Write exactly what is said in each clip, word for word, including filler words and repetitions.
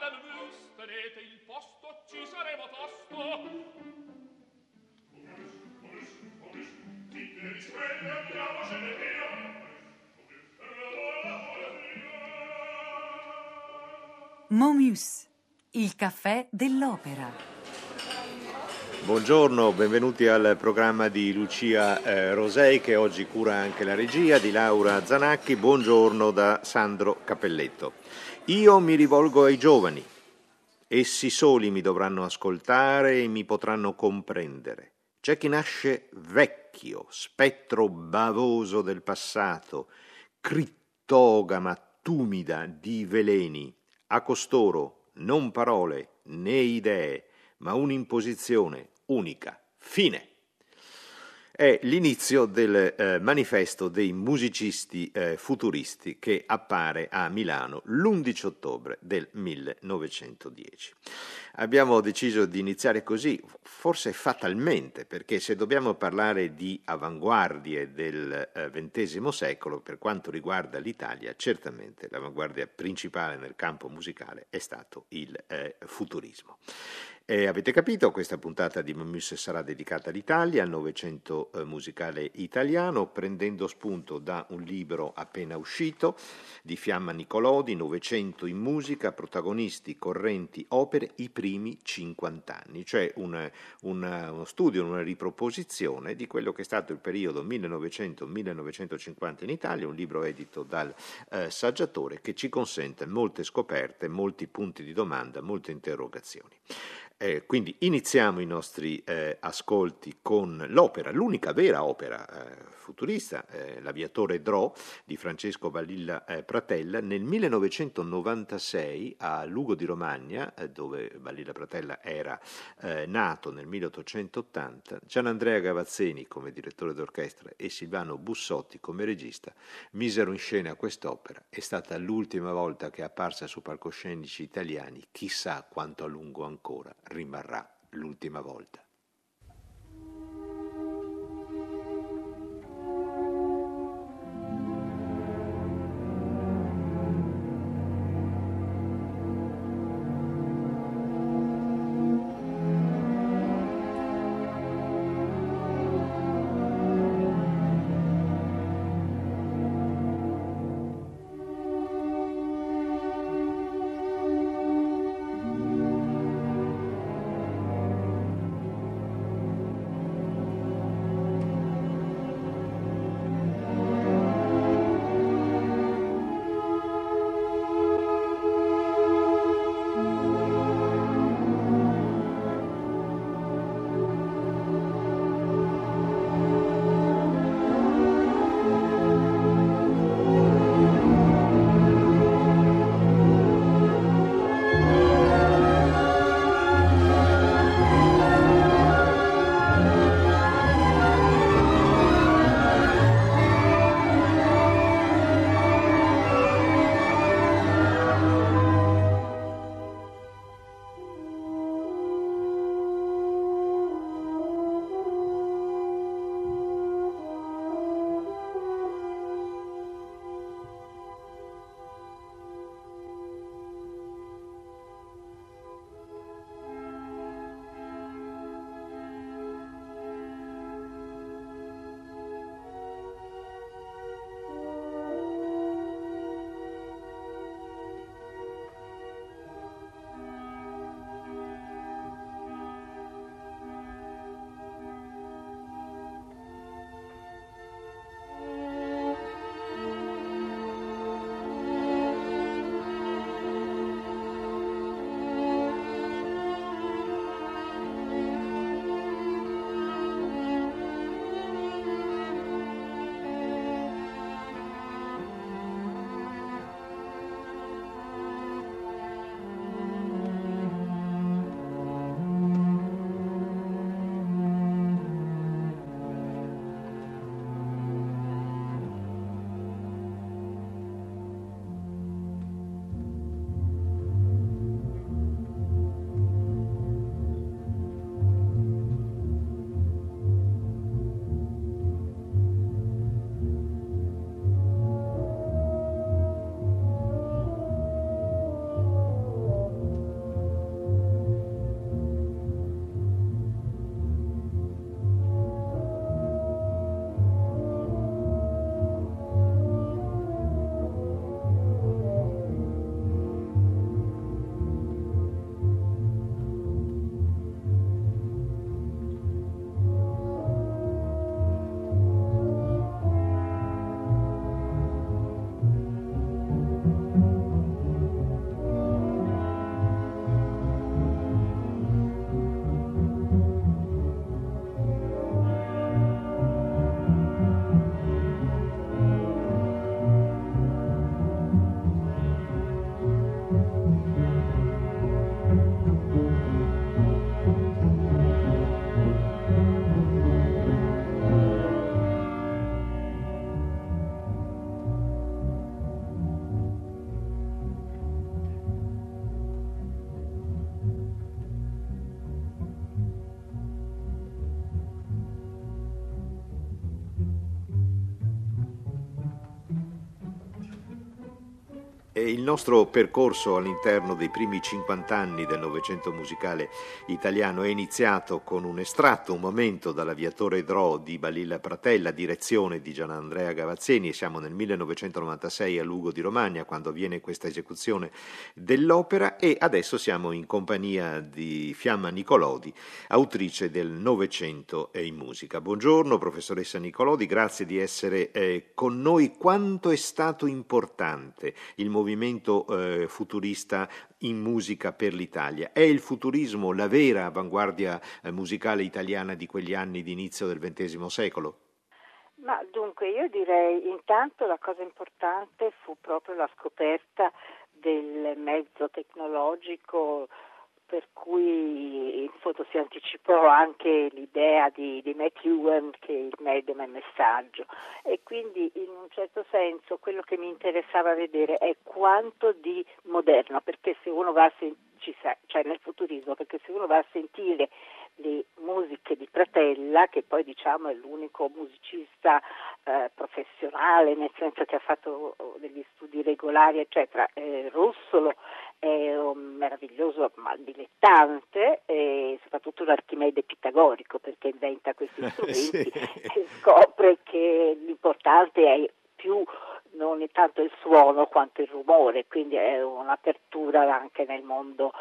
Momus, tenete il posto, ci saremo tosto. Momus, il caffè dell'opera. Buongiorno, benvenuti al programma di Lucia eh, Rosei, che oggi cura anche la regia, di Laura Zanacchi. Buongiorno da Sandro Cappelletto. Io mi rivolgo ai giovani. Essi soli mi dovranno ascoltare e mi potranno comprendere. C'è chi nasce vecchio, spettro bavoso del passato, crittogama tumida di veleni. A costoro non parole né idee, ma un'imposizione unica. Fine. È l'inizio del eh, manifesto dei musicisti eh, futuristi che appare a Milano l'undici ottobre del millenovecentodieci. Abbiamo deciso di iniziare così, forse fatalmente, perché se dobbiamo parlare di avanguardie del ventesimo eh, secolo, per quanto riguarda l'Italia, certamente l'avanguardia principale nel campo musicale è stato il eh, futurismo. Eh, avete capito, questa puntata di Momus sarà dedicata all'Italia, al Novecento eh, musicale italiano, prendendo spunto da un libro appena uscito di Fiamma Nicolodi, Novecento in musica, protagonisti, correnti, opere, i primi cinquanta anni, cioè un, un, uno studio, una riproposizione di quello che è stato il periodo millenovecento millenovecentocinquanta in Italia, un libro edito dal eh, saggiatore che ci consente molte scoperte, molti punti di domanda, molte interrogazioni. Eh, quindi iniziamo i nostri eh, ascolti con l'opera, l'unica vera opera eh, futurista, eh, L'Aviatore Dro di Francesco Balilla eh, Pratella, nel millenovecentonovantasei a Lugo di Romagna, eh, dove Balilla Pratella era eh, nato nel milleottocentottanta, Gianandrea Gavazzeni come direttore d'orchestra e Silvano Bussotti come regista misero in scena quest'opera. È stata l'ultima volta che è apparsa su palcoscenici italiani, chissà quanto a lungo ancora rimarrà l'ultima volta. E il nostro percorso all'interno dei primi cinquanta anni del Novecento musicale italiano è iniziato con un estratto, un momento dall'Aviatore Dro di Balilla Pratella, direzione di Gianandrea Gavazzeni, e siamo nel millenovecentonovantasei a Lugo di Romagna quando avviene questa esecuzione dell'opera, e adesso siamo in compagnia di Fiamma Nicolodi, autrice del Novecento in musica. Buongiorno professoressa Nicolodi, grazie di essere eh, con noi. Quanto è stato importante il movimento eh, futurista in musica per l'Italia? È il futurismo la vera avanguardia eh, musicale italiana di quegli anni di inizio del ventesimo secolo? Ma dunque io direi intanto la cosa importante fu proprio la scoperta del mezzo tecnologico, per cui in fondo si anticipò anche l'idea di, di McLuhan, che il medium è messaggio, e quindi in un certo senso quello che mi interessava vedere è quanto di moderno, perché se uno va a sentire, cioè nel futurismo, perché se uno va a sentire le musiche di Pratella, che poi diciamo è l'unico musicista eh, professionale, nel senso che ha fatto degli studi regolari eccetera, eh, Russolo è un meraviglioso ma dilettante e soprattutto un Archimede pitagorico, perché inventa questi strumenti e scopre che l'importante è più non è tanto il suono quanto il rumore, quindi è un'apertura anche nel mondo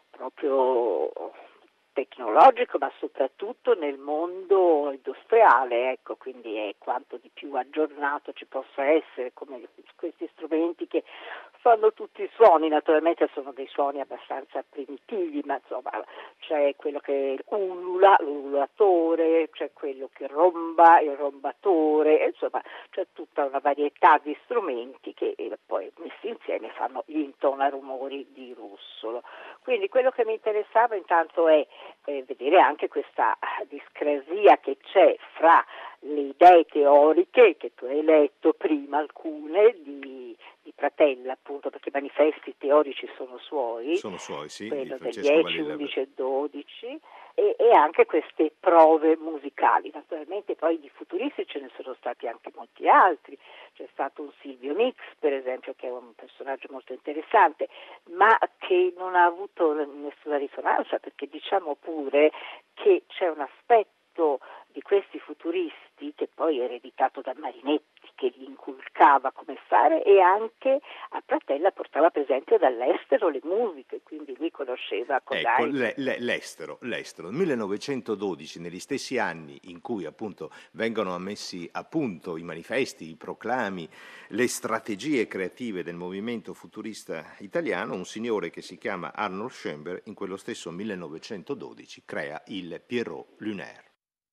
proprio tecnologico, ma soprattutto nel mondo industriale, ecco, quindi è quanto di più aggiornato ci possa essere, come questi strumenti che fanno tutti i suoni, naturalmente sono dei suoni abbastanza primitivi, ma insomma c'è quello che ulula, l'ululatore, c'è quello che romba, il rombatore, insomma c'è tutta una varietà di strumenti che poi messi insieme fanno gli intonarumori di Russolo. Quindi quello che mi interessava intanto è eh, vedere anche questa discrasia che c'è fra le idee teoriche, che tu hai letto prima alcune, di, di Pratella appunto, perché i manifesti teorici sono suoi, sono suoi, sì, quello del dieci, Valilla. undici e dodici, e, e anche queste prove musicali. Naturalmente poi di futuristi ce ne sono stati anche molti altri, c'è stato un Silvio Nix per esempio, che è un personaggio molto interessante, ma che non ha avuto nessuna risonanza, perché diciamo pure che c'è un aspetto di questi futuristi che poi è ereditato da Marinetti, che gli inculcava come fare, e anche a Pratella portava per esempio dall'estero le musiche, quindi lui conosceva ecco, le, le, l'estero, l'estero. Nel millenovecentododici, negli stessi anni in cui appunto vengono ammessi a punto i manifesti, i proclami, le strategie creative del movimento futurista italiano, un signore che si chiama Arnold Schoenberg in quello stesso millenovecentododici crea il Pierrot Lunaire.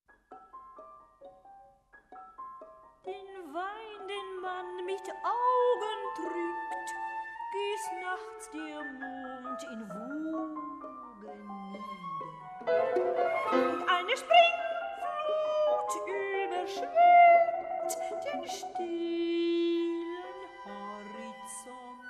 Mit Augen trügt, gießt nachts der Mond in Wogen nieder. Und eine Springflut überschwemmt den stillen Horizont.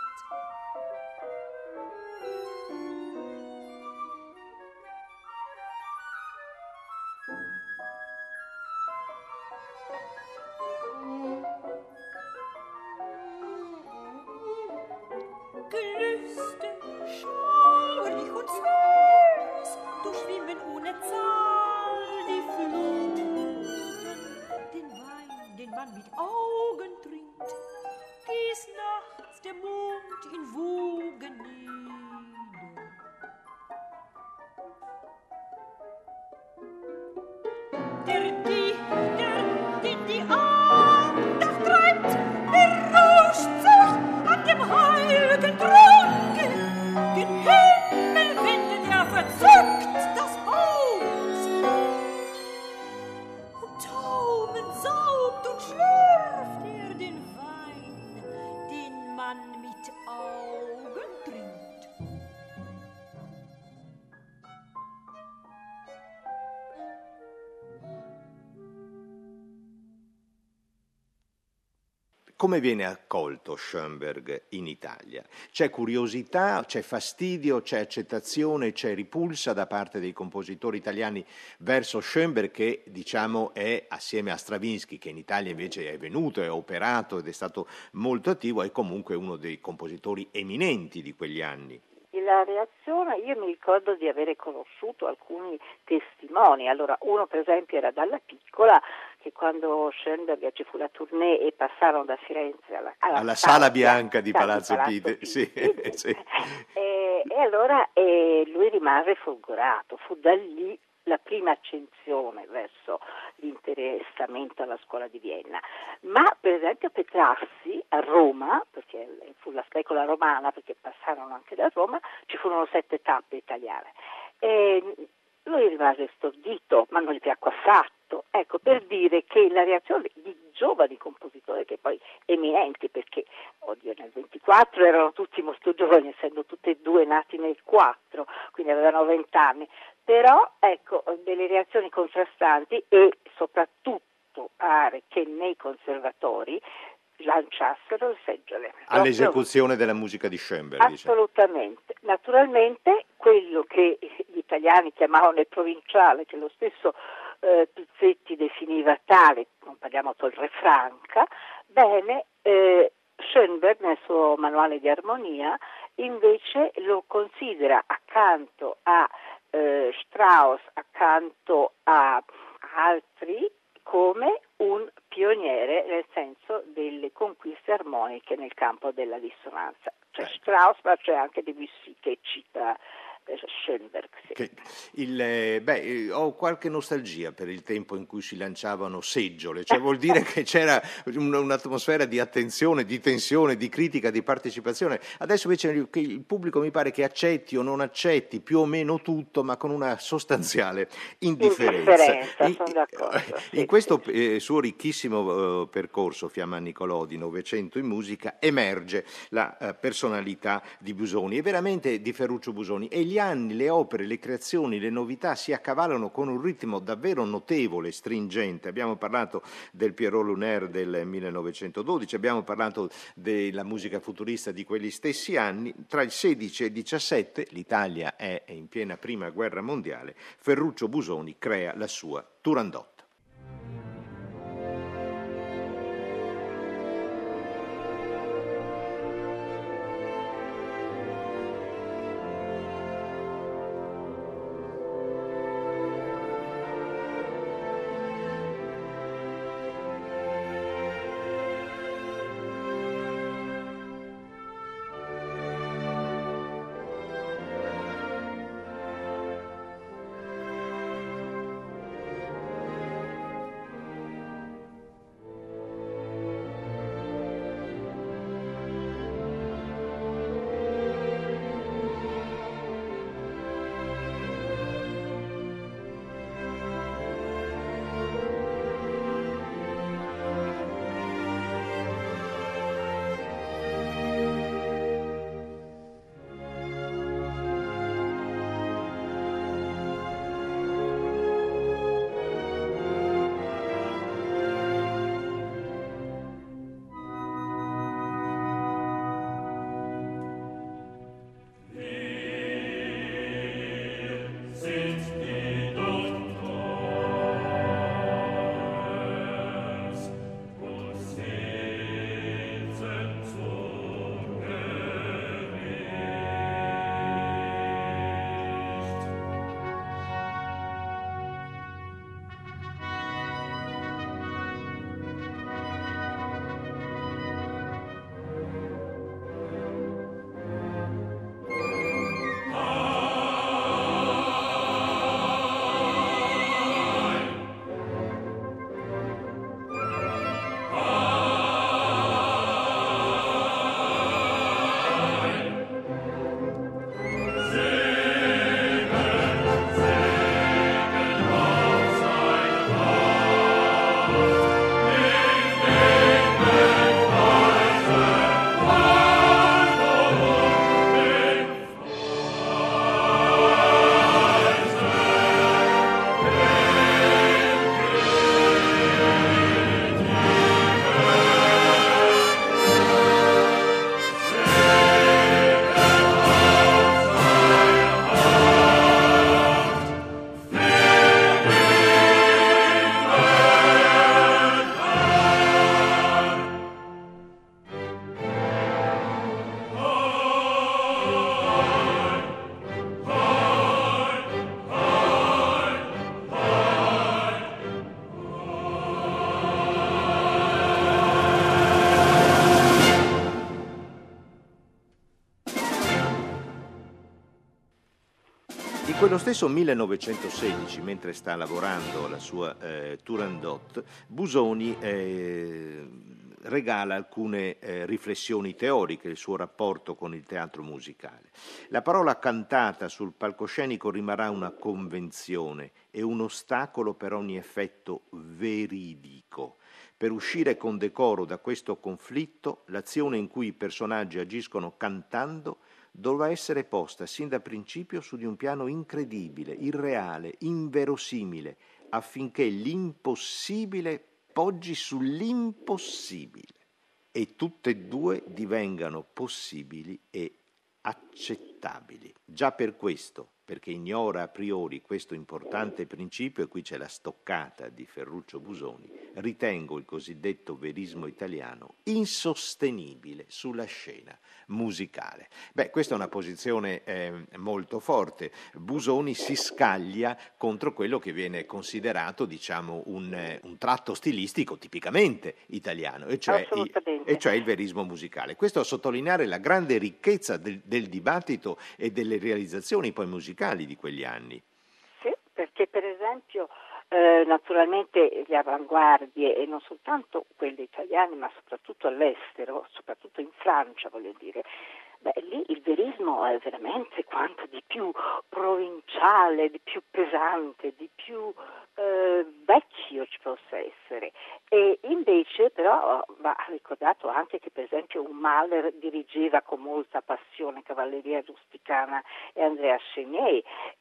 Gelüste, schauerlich und süß, durchschwimmen ohne Zahl die Fluten. Den Wein, den man mit Augen come viene accolto Schoenberg in Italia? C'è curiosità, c'è fastidio, c'è accettazione, c'è ripulsa da parte dei compositori italiani verso Schoenberg, che diciamo è, assieme a Stravinsky, che in Italia invece è venuto, è operato ed è stato molto attivo, è comunque uno dei compositori eminenti di quegli anni. La reazione, io mi ricordo di avere conosciuto alcuni testimoni. Allora, uno per esempio era Dalla Piccola, che quando Schoenberg ci fu la tournée e passarono da Firenze alla, alla, alla Sala, sala Bianca di Palazzo, Palazzo Pitti, Pitti, sì, sì. E, e allora e lui rimase folgorato. Fu da lì la prima accensione verso l'interessamento alla scuola di Vienna. Ma per esempio Petrassi a Roma, perché fu la specola romana, perché passarono anche da Roma, ci furono sette tappe italiane. E lui rimase stordito, ma non gli piacque affatto. Ecco, per dire che la reazione di giovani compositori, che poi eminenti, perché oddio, nel ventiquattro erano tutti molto giovani, essendo tutti e due nati nel quattro, quindi avevano vent'anni, però ecco, delle reazioni contrastanti e soprattutto pare che nei conservatori lanciassero le seggiole. All'esecuzione della musica di Schoenberg. Assolutamente. Dice. Naturalmente quello che gli italiani chiamavano il provinciale, che lo stesso eh, Pizzetti definiva tale, non parliamo Torre Franca, bene, eh, Schoenberg nel suo manuale di armonia invece lo considera accanto a eh, Strauss, accanto a altri, come un pioniere nel senso delle conquiste armoniche nel campo della dissonanza. C'è Strauss, ma c'è anche Debussy che cita Schoenberg. Sì. Che il, beh, ho qualche nostalgia per il tempo in cui si lanciavano seggiole, cioè vuol dire che c'era un, un'atmosfera di attenzione, di tensione, di critica, di partecipazione. Adesso invece il pubblico mi pare che accetti o non accetti più o meno tutto, ma con una sostanziale indifferenza. indifferenza sono d'accordo. In, in questo eh, suo ricchissimo eh, percorso Fiamma Nicolò di Novecento in musica emerge la eh, personalità di Busoni e veramente di Ferruccio Busoni, e gli anni, le opere, le creazioni, le novità si accavallano con un ritmo davvero notevole, stringente. Abbiamo parlato del Pierrot Lunaire del millenovecentododici, abbiamo parlato della musica futurista di quegli stessi anni. Tra il sedici e il diciassette, l'Italia è in piena prima guerra mondiale, Ferruccio Busoni crea la sua Turandot. In quello stesso millenovecentosedici, mentre sta lavorando alla sua eh, Turandot, Busoni eh, regala alcune eh, riflessioni teoriche, il suo rapporto con il teatro musicale. La parola cantata sul palcoscenico rimarrà una convenzione e un ostacolo per ogni effetto veridico. Per uscire con decoro da questo conflitto, l'azione in cui i personaggi agiscono cantando doveva essere posta sin da principio su di un piano incredibile, irreale, inverosimile, affinché l'impossibile poggi sull'impossibile e tutte e due divengano possibili e accettabili. Già per questo, perché ignora a priori questo importante principio, e qui c'è la stoccata di Ferruccio Busoni, ritengo il cosiddetto verismo italiano insostenibile sulla scena musicale. Beh, questa è una posizione eh, molto forte. Busoni si scaglia contro quello che viene considerato, diciamo, un, eh, un tratto stilistico tipicamente italiano, e cioè, i, e cioè il verismo musicale. Questo a sottolineare la grande ricchezza del, del dibattito e delle realizzazioni poi musicali di quegli anni. Sì, perché per esempio eh, naturalmente le avanguardie, e non soltanto quelle italiane ma soprattutto all'estero, soprattutto in Francia voglio dire, beh, lì il verismo è veramente quanto di più provinciale, di più pesante, di più eh, vecchio ci possa essere. E invece però va ricordato anche che per esempio un Mahler dirigeva con molta passione Cavalleria Rusticana e Andrea Chenier.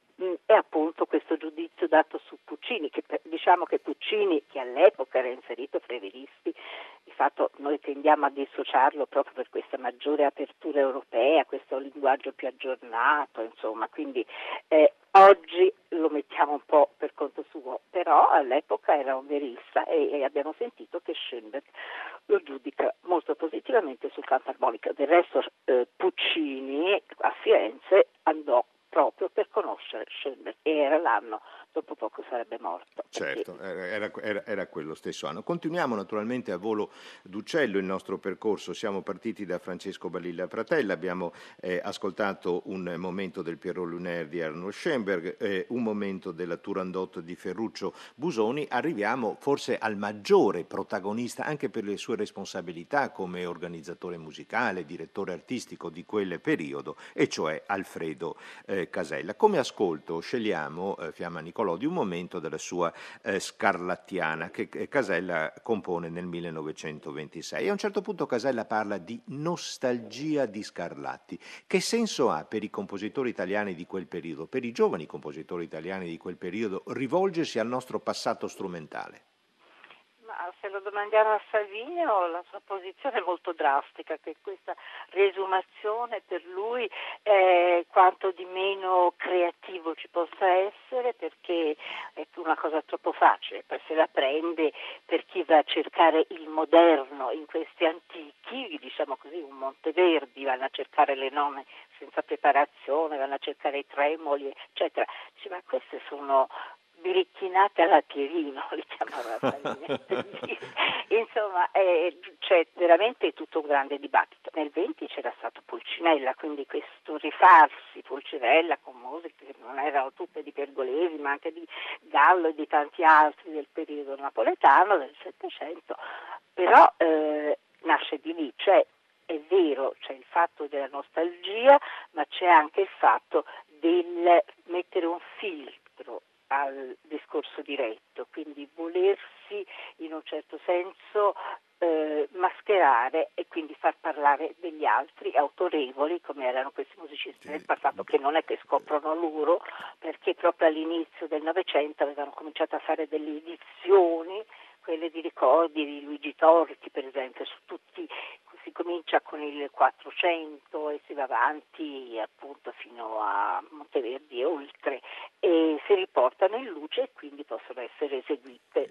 E appunto questo giudizio dato su Puccini, che diciamo che Puccini, che all'epoca era inserito fra i veristi, di fatto noi tendiamo a dissociarlo proprio per questa maggiore apertura europea, questo linguaggio più aggiornato, insomma, quindi eh, oggi lo mettiamo un po' per conto suo, però all'epoca era un verista e, e abbiamo sentito che Schoenberg lo giudica molto positivamente sul canto armonico. Del resto eh, Puccini a Firenze andò proprio per conoscere Schoenberg, e era l'anno, dopo poco sarebbe morto. Certo, era, era, era quello stesso anno. Continuiamo naturalmente a volo d'uccello il nostro percorso. Siamo partiti da Francesco Balilla Pratella, abbiamo eh, ascoltato un momento del Pierrot Lunaire di Arnold Schoenberg, eh, un momento della Turandot di Ferruccio Busoni. Arriviamo forse al maggiore protagonista, anche per le sue responsabilità come organizzatore musicale, direttore artistico di quel periodo, e cioè Alfredo eh, Casella. Come ascolto scegliamo, eh, Fiamma Nicolò, di un momento della sua eh, Scarlattiana che Casella compone nel millenovecentoventisei. E a un certo punto Casella parla di nostalgia di Scarlatti. Che senso ha per i compositori italiani di quel periodo, per i giovani compositori italiani di quel periodo, rivolgersi al nostro passato strumentale? Ma se lo domandiamo a Salvino, la sua posizione è molto drastica, che questa riesumazione per lui è quanto di meno creativo ci possa essere, perché è una cosa troppo facile, poi se la prende per chi va a cercare il moderno in questi antichi, diciamo così, un Monteverdi, vanno a cercare le nome senza preparazione, vanno a cercare i tremoli, eccetera. Dice, ma queste sono biricchinate alla Pierino, li chiamava Salvini. Insomma, eh, c'è veramente tutto un grande dibattito. Nel venti c'era stato Pulcinella, quindi questo rifarsi Pulcinella con musiche che non erano tutte di Pergolesi, ma anche di Gallo e di tanti altri del periodo napoletano del Settecento, però eh, nasce di lì, cioè è vero, c'è il fatto della nostalgia, ma c'è anche il fatto del mettere un filtro al discorso diretto, quindi volersi in un certo senso eh, mascherare e quindi far parlare degli altri autorevoli come erano questi musicisti del passato, che non è che scoprono loro, perché proprio all'inizio del Novecento avevano cominciato a fare delle edizioni, quelle di ricordi di Luigi Torti per esempio, su tutti. Si comincia con il quattrocento e si va avanti appunto fino a Monteverdi e oltre, e si riportano in luce e quindi possono essere eseguite.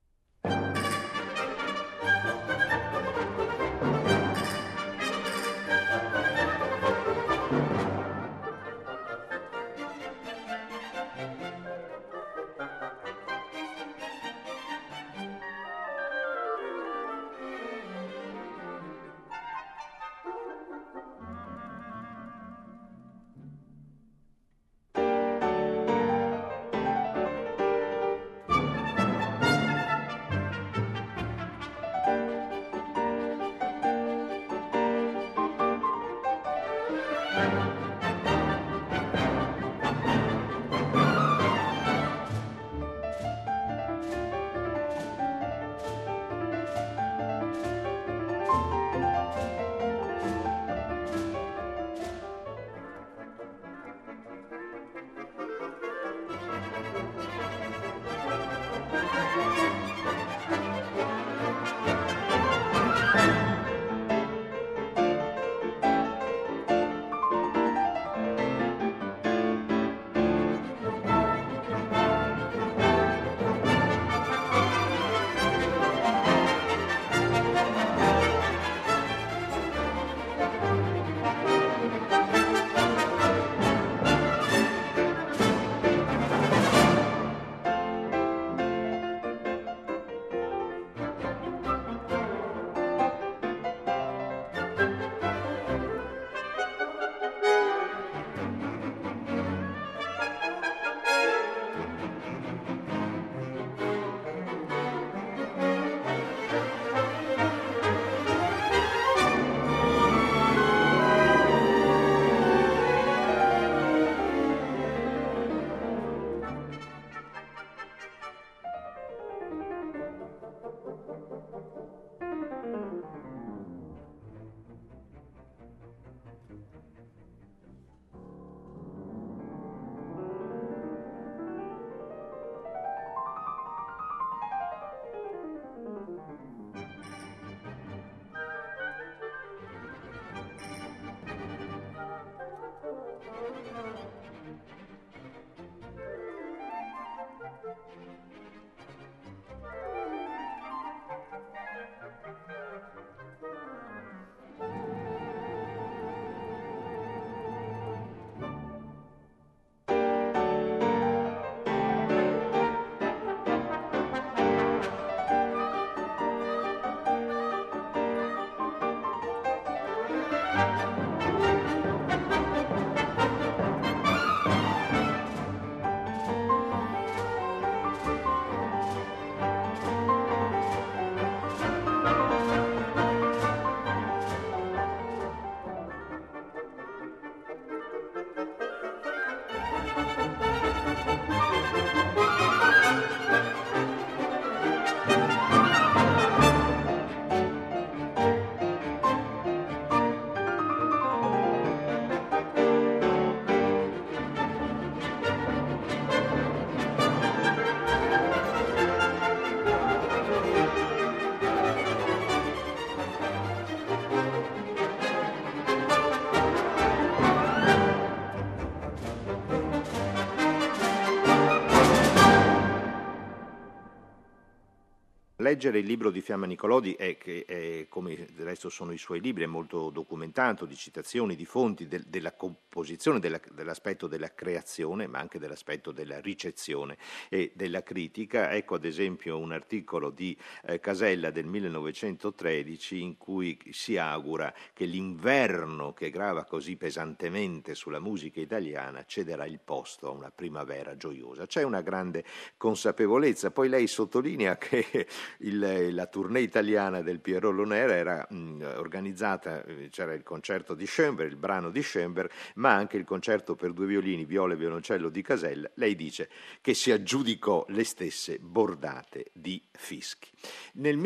Leggere il libro di Fiamma Nicolodi, è che è, come del resto sono i suoi libri, è molto documentato di citazioni, di fonti, del, della composizione, della, dell'aspetto della creazione, ma anche dell'aspetto della ricezione e della critica. Ecco ad esempio un articolo di eh, Casella del millenovecentotredici in cui si augura che l'inverno che grava così pesantemente sulla musica italiana cederà il posto a una primavera gioiosa. C'è una grande consapevolezza. Poi lei sottolinea che Il, la tournée italiana del Pierrot Lunaire era mh, organizzata, c'era il concerto di Schoenberg, il brano di Schoenberg, ma anche il concerto per due violini, viola e violoncello di Casella. Lei dice che si aggiudicò le stesse bordate di fischi. Nel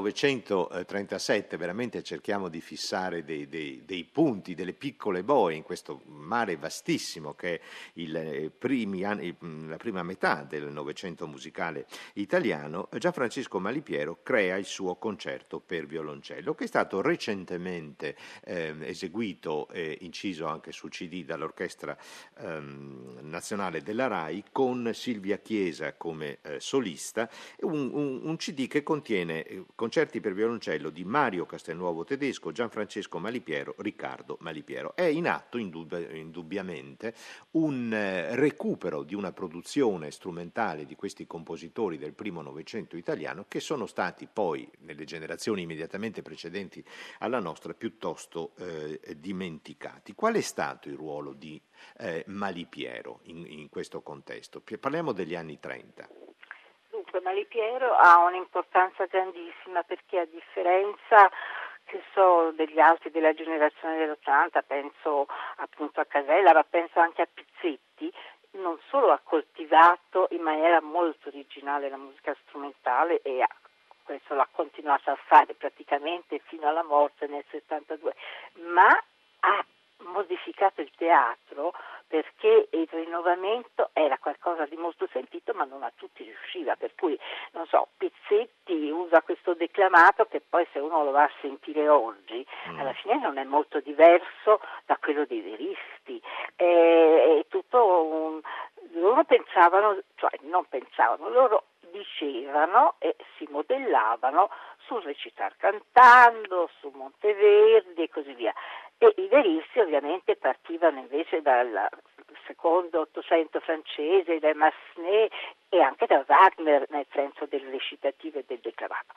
millenovecentotrentasette veramente cerchiamo di fissare dei, dei, dei punti, delle piccole boe in questo mare vastissimo che è il primi anni, la prima metà del Novecento musicale italiano. Gianfrancesco Malipiero crea il suo concerto per violoncello, che è stato recentemente eh, eseguito e inciso anche su C D dall'Orchestra ehm, Nazionale della RAI, con Silvia Chiesa come eh, solista, un, un, un C D che contiene eh, concerti per violoncello di Mario Castelnuovo Tedesco, Gianfrancesco Malipiero, Riccardo Malipiero. È in atto indub- indubbiamente un eh, recupero di una produzione strumentale di questi compositori del primo Novecento italiano, che sono stati poi, nelle generazioni immediatamente precedenti alla nostra, piuttosto eh, dimenticati. Qual è stato il ruolo di eh, Malipiero in, in questo contesto? Parliamo degli anni trenta. Dunque, Malipiero ha un'importanza grandissima perché, a differenza che so degli altri della generazione dell'ottanta, penso appunto a Casella, ma penso anche a Pizzetti, non solo ha coltivato in maniera molto originale la musica strumentale, e ha, questo l'ha continuato a fare praticamente fino alla morte nel settantadue, ma ha modificato il teatro, perché il rinnovamento era qualcosa di molto sentito, ma non a tutti riusciva, per cui, non so, Pizzetti usa questo declamato che poi, se uno lo va a sentire oggi, mm. alla fine non è molto diverso da quello dei veristi. È, è tutto un... loro pensavano, cioè non pensavano, loro dicevano e si modellavano sul recitar cantando, su Monteverdi e così via. E i veristi ovviamente partivano invece dal secondo Ottocento francese, da Massenet e anche da Wagner, nel senso del recitativo e del declamato.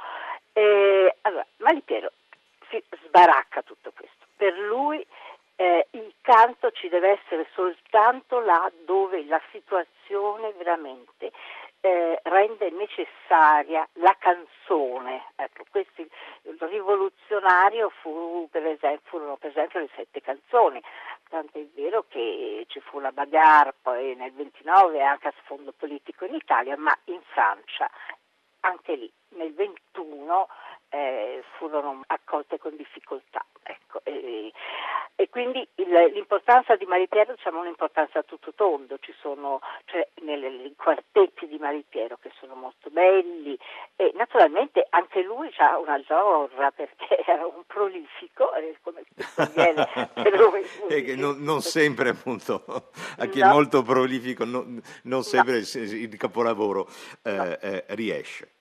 E, allora, Malipiero si sbaracca tutto questo. Per lui eh, il canto ci deve essere soltanto là dove la situazione veramente Eh, rende necessaria la canzone. Ecco, questo il rivoluzionario fu per esempio, furono per esempio le sette canzoni, tant'è vero che ci fu la bagarre poi nel ventinove anche a sfondo politico in Italia, ma in Francia anche lì nel ventuno eh, furono accolte con difficoltà. Ecco, eh, E quindi il, l'importanza di Malipiero, diciamo, è un'importanza a tutto tondo. Ci sono, cioè, nei quartetti di Malipiero che sono molto belli, e naturalmente anche lui ha una giorra perché era un prolifico, eh, come spesso viene per lui. E che non, non sempre, appunto, a chi No. è molto prolifico non, non sempre No. il, il capolavoro eh, No. eh, riesce.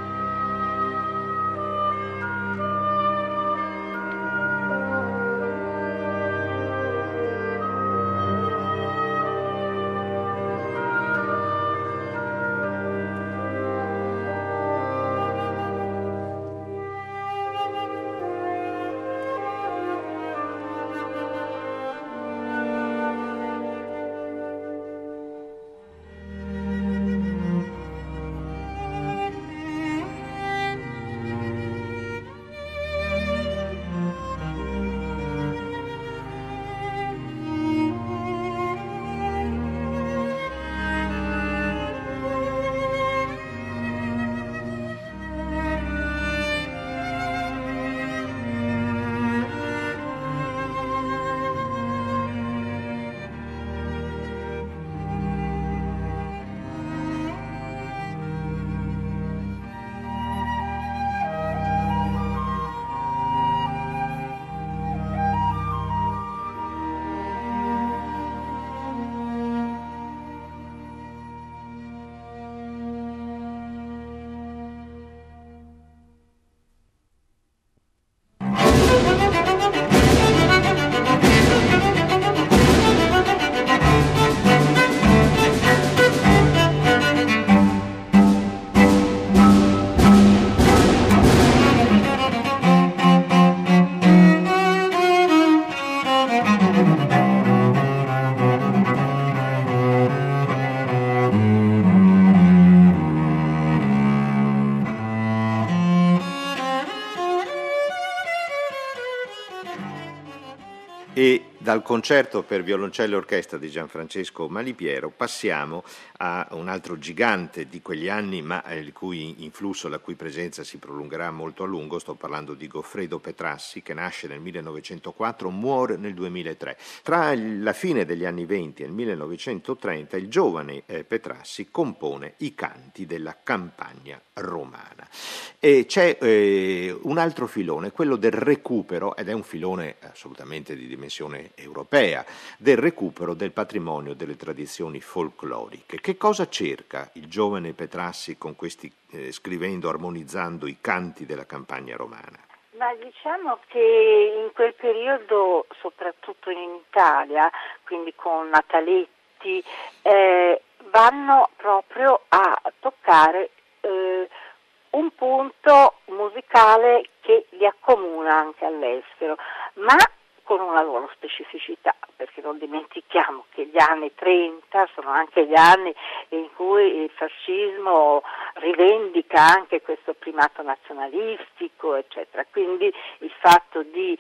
E dal concerto per violoncello e orchestra di Gianfrancesco Malipiero passiamo a un altro gigante di quegli anni, ma il cui influsso, la cui presenza si prolungherà molto a lungo. Sto parlando di Goffredo Petrassi, che nasce nel millenovecentoquattro, muore nel duemilatré. Tra la fine degli anni venti e il millenovecentotrenta il giovane eh, Petrassi compone i canti della campagna romana. E c'è eh, un altro filone, quello del recupero, ed è un filone assolutamente di dimensione europea, del recupero del patrimonio delle tradizioni folcloriche. Che cosa cerca il giovane Petrassi con questi, eh, scrivendo, armonizzando i canti della campagna romana? Ma diciamo che in quel periodo, soprattutto in Italia, quindi con Nataletti, eh, vanno proprio a toccare eh, un punto musicale che li accomuna anche all'estero, ma con una loro specificità, perché non dimentichiamo che gli anni trenta sono anche gli anni in cui il fascismo rivendica anche questo primato nazionalistico, eccetera. Quindi il fatto di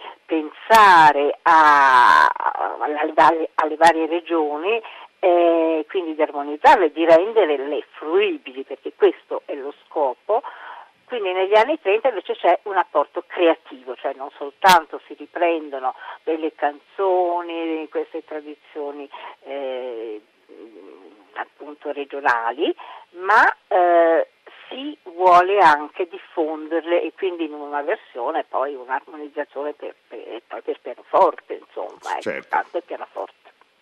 pensare a, alle, alle varie regioni, eh, quindi di armonizzarle, di renderle fruibili, perché questo è lo scopo. Quindi negli anni trenta invece c'è un apporto creativo, cioè non soltanto si riprendono delle canzoni, queste tradizioni eh, appunto regionali, ma eh, si vuole anche diffonderle, e quindi in una versione poi un'armonizzazione per, per, poi per pianoforte, insomma, Certo. Ecco, tanto il pianoforte.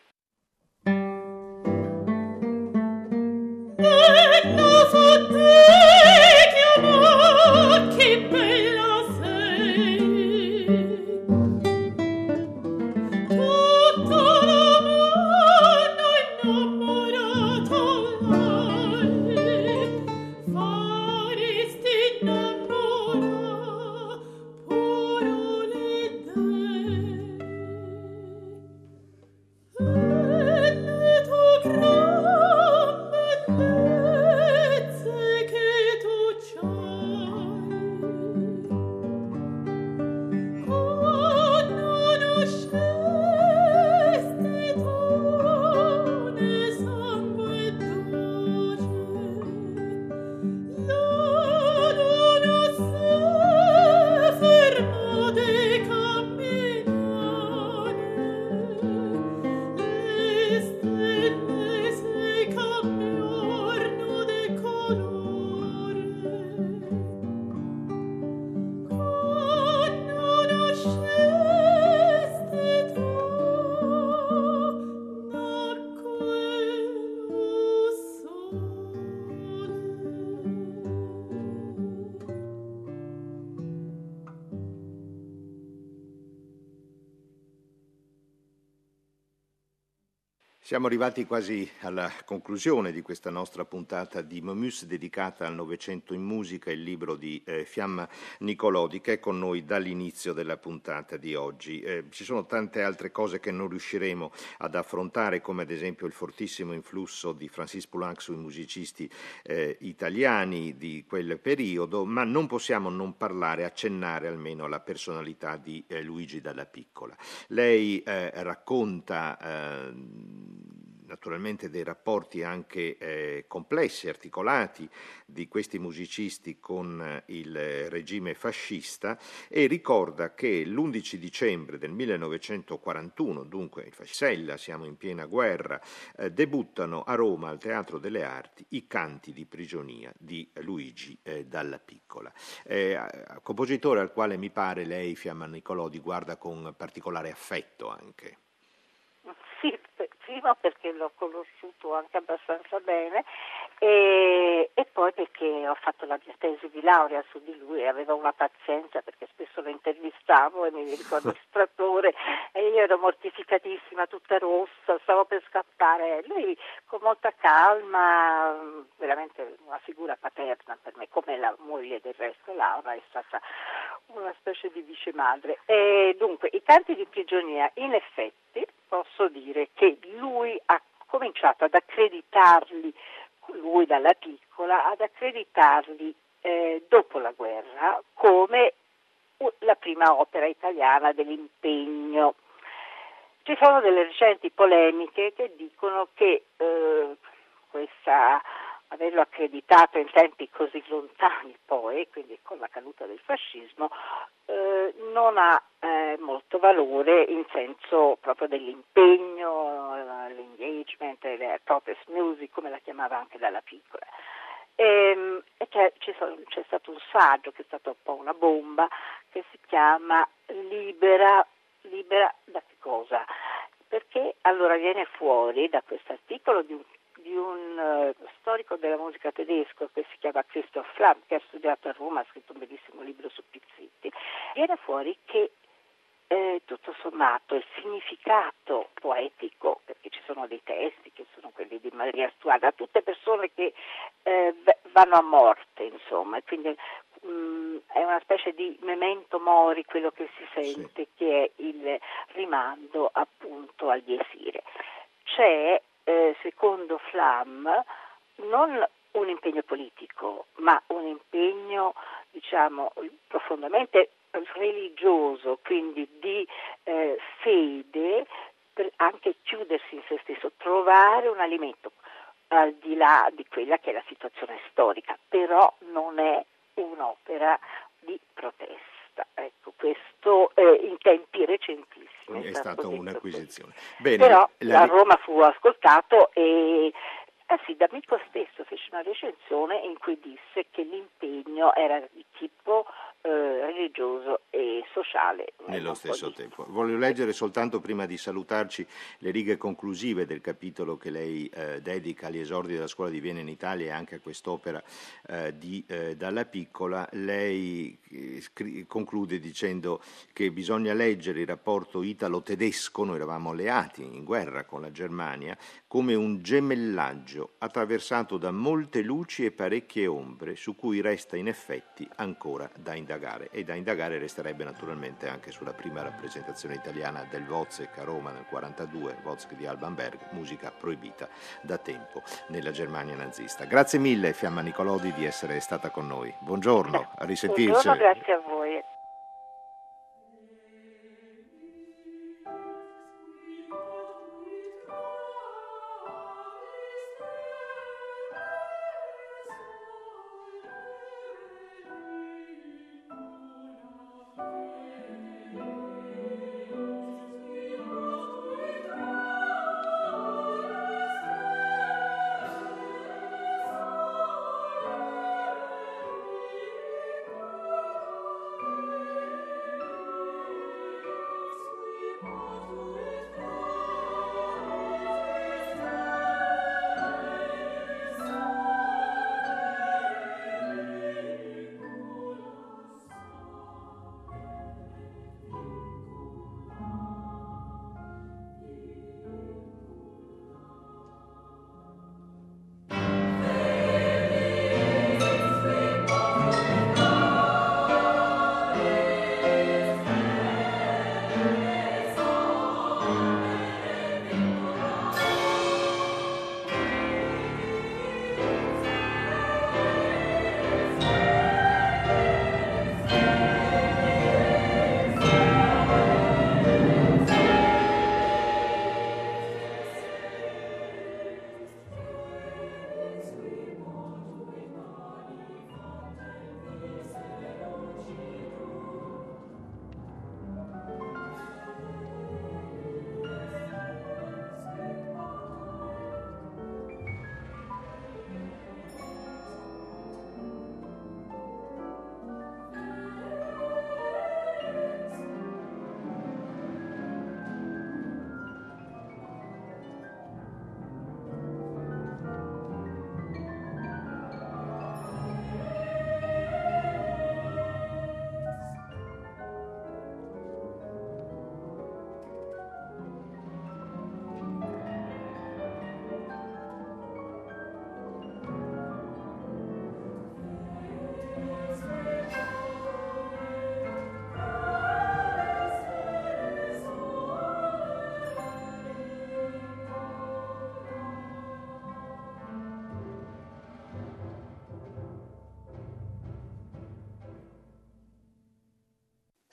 Che bella sei, tutta la mondo innamorata lei, faresti innamora parole dei. Siamo arrivati quasi alla conclusione di questa nostra puntata di Momus dedicata al Novecento in musica, il libro di eh, Fiamma Nicolodi, che è con noi dall'inizio della puntata di oggi. Eh, ci sono tante altre cose che non riusciremo ad affrontare, come ad esempio il fortissimo influsso di Francis Poulenc sui musicisti eh, italiani di quel periodo, ma non possiamo non parlare, accennare almeno alla personalità di eh, Luigi Dalla Piccola. Lei eh, racconta eh, naturalmente dei rapporti anche eh, complessi, articolati di questi musicisti con eh, il regime fascista, e ricorda che l'undici dicembre del millenovecentoquarantuno, dunque il Fascella, siamo in piena guerra, eh, debuttano a Roma al Teatro delle Arti i Canti di prigionia di Luigi eh, Dalla Piccola, eh, compositore al quale mi pare lei, Fiamma Nicolodi, guarda con particolare affetto anche. Sì, prima perché l'ho conosciuto anche abbastanza bene e, e poi perché ho fatto la mia tesi di laurea su di lui e avevo una pazienza perché spesso lo intervistavo e mi ricordo il trattore e io ero mortificatissima, tutta rossa, stavo per scappare. Lui con molta calma, veramente una figura paterna per me, come la moglie del resto, Laura, è stata una specie di vice madre. E dunque, i Canti di prigionia, in effetti, posso dire che lui ha cominciato ad accreditarli, lui Dalla Piccola, ad accreditarli eh, dopo la guerra come la prima opera italiana dell'impegno. Ci sono delle recenti polemiche che dicono che eh, questa, averlo accreditato in tempi così lontani poi, quindi con la caduta del fascismo, eh, non ha eh, molto valore in senso proprio dell'impegno, l'engagement, la protest music, come la chiamava anche Dalla Piccola. E, e c'è, c'è, c'è stato un saggio che è stato un po' una bomba, che si chiama Libera, libera da che cosa? Perché allora viene fuori da questo articolo di un di un uh, storico della musica tedesco che si chiama Christoph Flamm, che ha studiato a Roma, ha scritto un bellissimo libro su Pizzitti, viene fuori che eh, tutto sommato il significato poetico, perché ci sono dei testi che sono quelli di Maria Stuarda, tutte persone che eh, vanno a morte, insomma, e quindi mh, è una specie di memento mori quello che si sente, sì, che è il rimando appunto agli esire. C'è Eh, secondo Flamm, non un impegno politico, ma un impegno, diciamo, profondamente religioso, quindi di eh, fede, per anche chiudersi in se stesso, trovare un alimento al di là di quella che è la situazione storica, però non è un'opera di protesta. Ecco, questo eh, in tempi recentissimi è stata un'acquisizione. Bene, però la... a Roma fu ascoltato e eh sì, D'Amico stesso fece una recensione in cui disse che l'impegno era di tipo eh, religioso e sociale. Nello stesso tempo. Voglio leggere soltanto, prima di salutarci, le righe conclusive del capitolo che lei eh, dedica agli esordi della scuola di Vienna in Italia e anche a quest'opera eh, di eh, Dalla Piccola. Lei eh, scri- conclude dicendo che bisogna leggere il rapporto italo-tedesco, noi eravamo alleati in guerra con la Germania, come un gemellaggio attraversato da molte luci e parecchie ombre su cui resta in effetti ancora da indagare, e da indagare resterebbe naturalmente anche sulla prima rappresentazione italiana del Wozzeck a Roma nel quarantadue, Wozzeck di Alban Berg, musica proibita da tempo nella Germania nazista. Grazie mille, Fiamma Nicolodi, di essere stata con noi. Buongiorno, a risentirci. Buongiorno, grazie a voi. Thank you.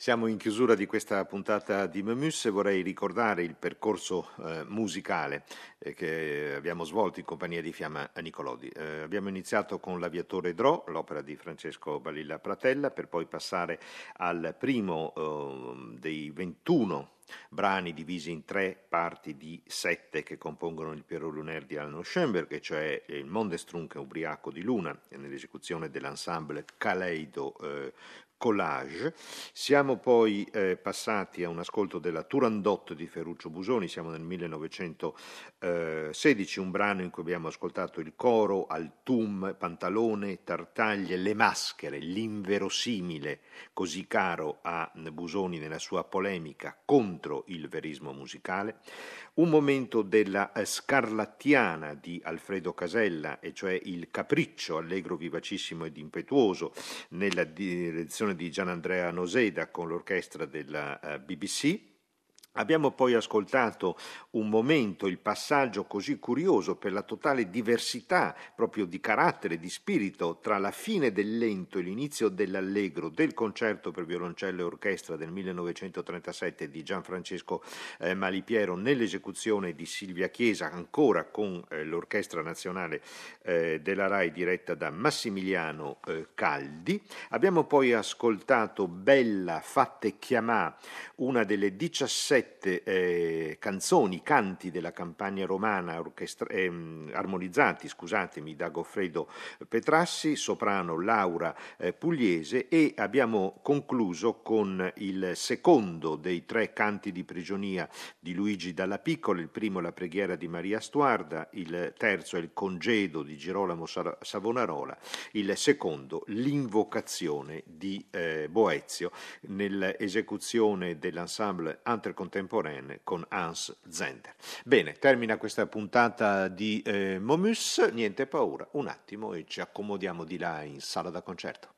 Siamo in chiusura di questa puntata di Momus e vorrei ricordare il percorso eh, musicale eh, che abbiamo svolto in compagnia di Fiamma Nicolodi. Eh, abbiamo iniziato con L'Aviatore Drò, l'opera di Francesco Balilla Pratella, per poi passare al primo eh, dei ventuno brani divisi in tre parti di sette che compongono il Pierrot Lunaire di Arno Schoenberg, e cioè il Mondestrunken ubriaco di Luna, nell'esecuzione dell'ensemble Kaleido eh, Collage. Siamo poi eh, passati a un ascolto della Turandot di Ferruccio Busoni, siamo nel millenovecentosedici, un brano in cui abbiamo ascoltato il coro, Altum, Pantalone, Tartaglie, Le maschere, l'inverosimile, così caro a Busoni nella sua polemica contro il verismo musicale. Un momento della Scarlattiana di Alfredo Casella, e cioè il capriccio allegro, vivacissimo ed impetuoso nella direzione di Gianandrea Noseda con l'orchestra della B B C. Abbiamo poi ascoltato un momento, il passaggio così curioso per la totale diversità proprio di carattere, di spirito, tra la fine del lento e l'inizio dell'allegro del concerto per violoncello e orchestra del millenovecentotrentasette di Gianfrancesco eh, Malipiero, nell'esecuzione di Silvia Chiesa, ancora con eh, l'Orchestra Nazionale eh, della RAI diretta da Massimiliano eh, Caldi. Abbiamo poi ascoltato Bella fatte chiamà, una delle diciassette Eh, canzoni, canti della campagna romana orchestra- eh, armonizzati, scusatemi, da Goffredo Petrassi, soprano Laura eh, Pugliese, e abbiamo concluso con il secondo dei tre canti di prigionia di Luigi Dalla Piccola, il primo La preghiera di Maria Stuarda, il terzo è il congedo di Girolamo Savonarola, il secondo l'invocazione di eh, Boezio nell'esecuzione dell'ensemble Intercontemporain con Hans Zender. Bene, termina questa puntata di eh, Momus, niente paura, un attimo e ci accomodiamo di là in sala da concerto.